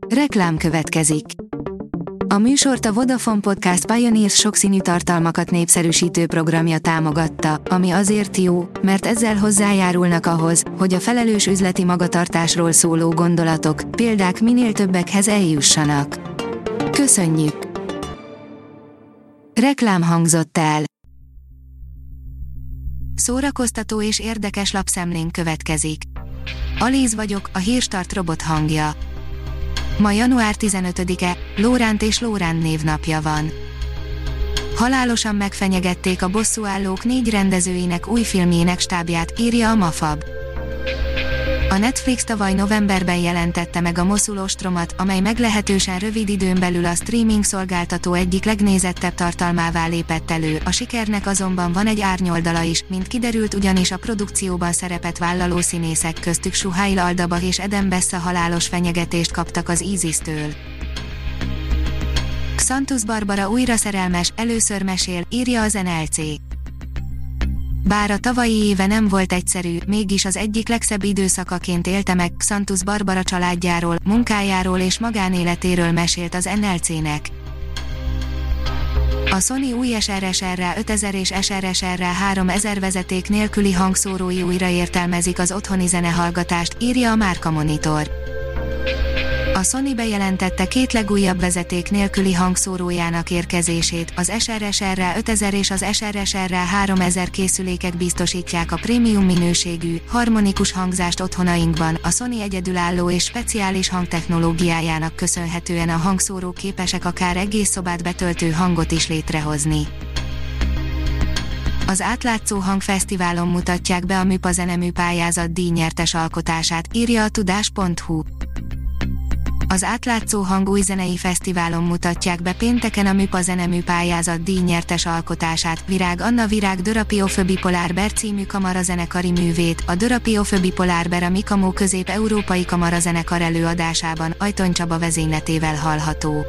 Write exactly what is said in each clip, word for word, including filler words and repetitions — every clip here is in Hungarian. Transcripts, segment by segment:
Reklám következik. A műsort a Vodafone Podcast Pioneers sokszínű tartalmakat népszerűsítő programja támogatta, ami azért jó, mert ezzel hozzájárulnak ahhoz, hogy a felelős üzleti magatartásról szóló gondolatok, példák minél többekhez eljussanak. Köszönjük! Reklám hangzott el. Szórakoztató és érdekes lapszemlénk következik. Alíz vagyok, a Hírstart robot hangja. Ma január tizenötödike, Lóránt és Lóránt névnapja van. Halálosan megfenyegették a bosszúállók négy rendezőinek új filmjének stábját, írja a Mafab. A Netflix tavaly novemberben jelentette meg a Moszul ostromat, amely meglehetősen rövid időn belül a streaming szolgáltató egyik legnézettebb tartalmává lépett elő, a sikernek azonban van egy árnyoldala is, mint kiderült, ugyanis a produkcióban szerepet vállaló színészek köztük Suhail Aldabah és Eden Bessa halálos fenyegetést kaptak az ISIS-től. Xanthus Barbara újra szerelmes, először mesél, írja az en el cé. Bár a tavalyi éve nem volt egyszerű, mégis az egyik legszebb időszakaként élte meg, Xanthus Barbara családjáról, munkájáról és magánéletéről mesélt az en el cének. A Sony új es er es er ötezer és es er es er háromezer vezeték nélküli hangszórói újraértelmezik az otthoni zenehallgatást, írja a Márka Monitor. A Sony bejelentette két legújabb vezeték nélküli hangszórójának érkezését, az es er es er ötezer és az es er es er háromezer készülékek biztosítják a prémium minőségű, harmonikus hangzást otthonainkban, a Sony egyedülálló és speciális hangtechnológiájának köszönhetően a hangszórók képesek akár egész szobát betöltő hangot is létrehozni. Az Átlátszó Hangfesztiválon mutatják be a Műpa Zenemű pályázat díjnyertes alkotását, írja a tudás pont hu. Az Átlátszó Hang új zenei fesztiválon mutatják be pénteken a Műpa Zenemű pályázat díjnyertes alkotását, Virág Anna Virág Dörapio Föbipolar Ber című kamarazenekari művét, a Dörapio Föbipolar Ber a Mikamo közép-európai kamarazenekar előadásában, Ajtony Csaba vezényletével hallható.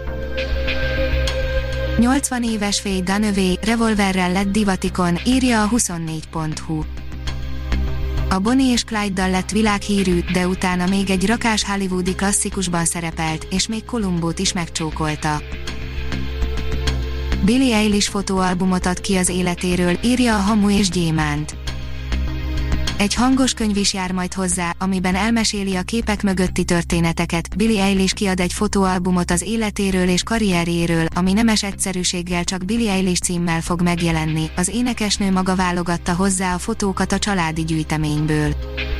nyolcvan éves Faye Dunaway revolverrel lett divatikon, írja a huszonnégy pont hu. A Bonnie és Clyde-dal lett világhírű, de utána még egy rakás hollywoodi klasszikusban szerepelt, és még Columbót is megcsókolta. Billie Eilish fotóalbumot ad ki az életéről, írja a Hamu és Gyémánt. Egy hangos könyv is jár majd hozzá, amiben elmeséli a képek mögötti történeteket. Billie Eilish kiad egy fotóalbumot az életéről és karrierjéről, ami nemes egyszerűséggel csak Billie Eilish címmel fog megjelenni. Az énekesnő maga válogatta hozzá a fotókat a családi gyűjteményből.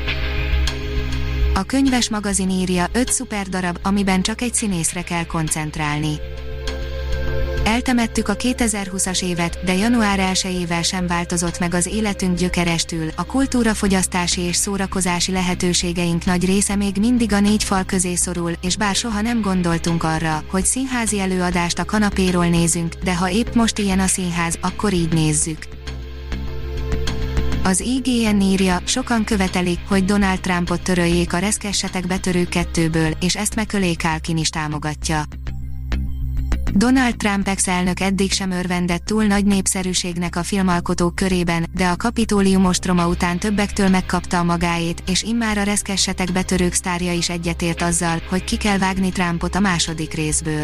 A könyves magazin írja, öt szuper darab, amiben csak egy színészre kell koncentrálni. Eltemettük a kétezer-húszas évet, de január elsejével sem változott meg az életünk gyökerestül, a kultúrafogyasztási és szórakozási lehetőségeink nagy része még mindig a négy fal közé szorul, és bár soha nem gondoltunk arra, hogy színházi előadást a kanapéról nézünk, de ha épp most ilyen a színház, akkor így nézzük. Az i gé en írja, sokan követelik, hogy Donald Trumpot töröljék a Reszkessetek betörők kettőből, és ezt Macaulay Culkin is támogatja. Donald Trump ex-elnök eddig sem örvendett túl nagy népszerűségnek a filmalkotók körében, de a Kapitólium ostroma után többektől megkapta a magáét, és immár a Reszkessetek betörők sztárja is egyetért azzal, hogy ki kell vágni Trumpot a második részből.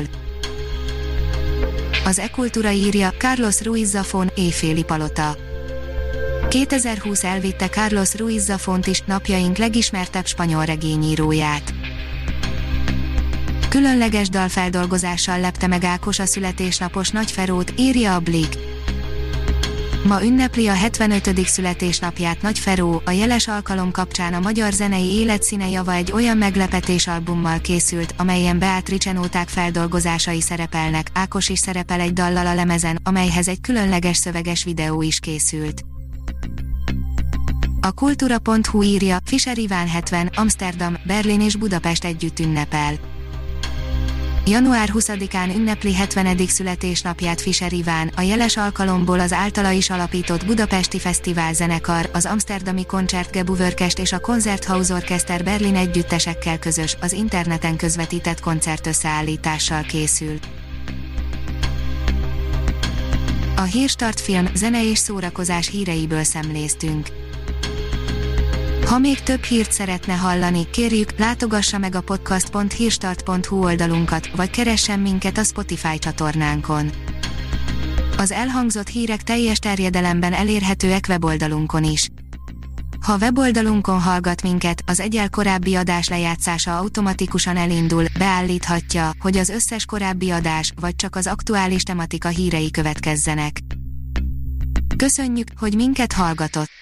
Az E-Kultúra írja, Carlos Ruiz Zafón, Éjféli palota. kétezer-húsz elvitte Carlos Ruiz Zafont is, napjaink legismertebb spanyol regényíróját. Különleges dalfeldolgozással lepte meg Ákos a születésnapos Nagyferót, írja a Blik. Ma ünnepli a hetvenötödik születésnapját Nagyferó, a jeles alkalom kapcsán a magyar zenei élet színe java egy olyan meglepetés albummal készült, amelyen Beatrice nóták feldolgozásai szerepelnek, Ákos is szerepel egy dallal a lemezen, amelyhez egy különleges szöveges videó is készült. A kultúra pont hu írja, Fischer Iván hetven, Amsterdam, Berlin és Budapest együtt ünnepel. január huszadikán ünnepli hetvenedik születésnapját Fischer Iván, a jeles alkalomból az általa is alapított Budapesti Fesztivál zenekar, az amszterdami Concertgebouworkest és a Konzerthaus Orchester Berlin együttesekkel közös, az interneten közvetített koncertösszeállítással készül. A Hírstart film, zene és szórakozás híreiből szemléztünk. Ha még több hírt szeretne hallani, kérjük, látogassa meg a podcast pont hírstart pont hu oldalunkat, vagy keressen minket a Spotify csatornánkon. Az elhangzott hírek teljes terjedelemben elérhetőek weboldalunkon is. Ha weboldalunkon hallgat minket, az egyel korábbi adás lejátszása automatikusan elindul, beállíthatja, hogy az összes korábbi adás, vagy csak az aktuális tematika hírei következzenek. Köszönjük, hogy minket hallgatott!